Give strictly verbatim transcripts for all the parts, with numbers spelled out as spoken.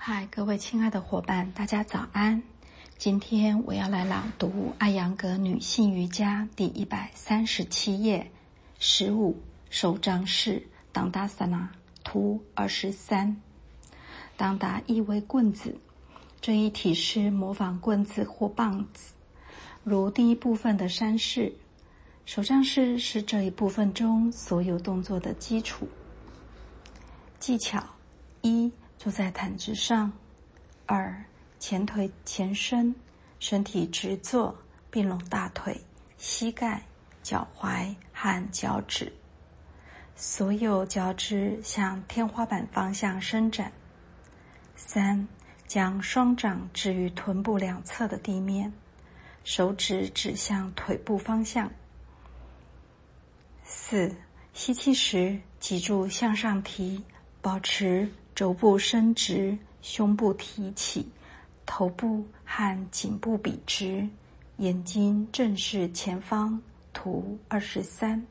嗨，各位亲爱的伙伴，大家早安。今天我要来朗读艾扬格女性瑜伽第一百三十七页，十五手杖式当达萨那图二十三。当达意为棍子，这一体式模仿棍子或棒子，如第一部分的山式。手杖式是这一部分中所有动作的基础。技巧一，坐在毯子上。二，前腿前伸，身体直坐，并拢大腿、膝盖、脚踝和脚趾，所有脚趾向天花板方向伸展。三，将双掌置于臀部两侧的地面，手指指向腿部方向。四，吸气时脊柱向上提，保持肘部伸直，胸部提起，头部和颈部笔直，眼睛正视前方，图二十三。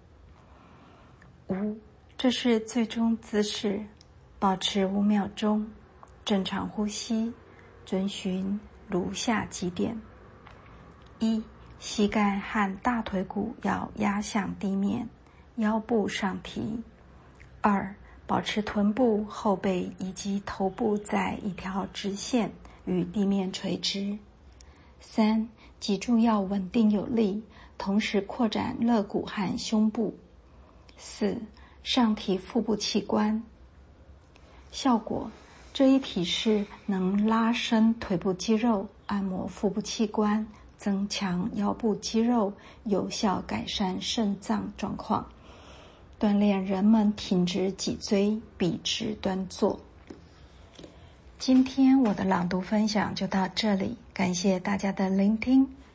五，这是最终姿势，保持五秒钟，正常呼吸，遵循如下几点：一，膝盖和大腿骨要压向地面，腰部上提。二，保持臀部、后背以及头部在一条直线，与地面垂直。三，脊柱要稳定有力，同时扩展肋骨和胸部。四，上提腹部器官。效果：这一体式能拉伸腿部肌肉，按摩腹部器官，增强腰部肌肉，有效改善肾脏状况，锻炼人们挺直脊椎，笔直端坐。今天我的朗读分享就到这里，感谢大家的聆听。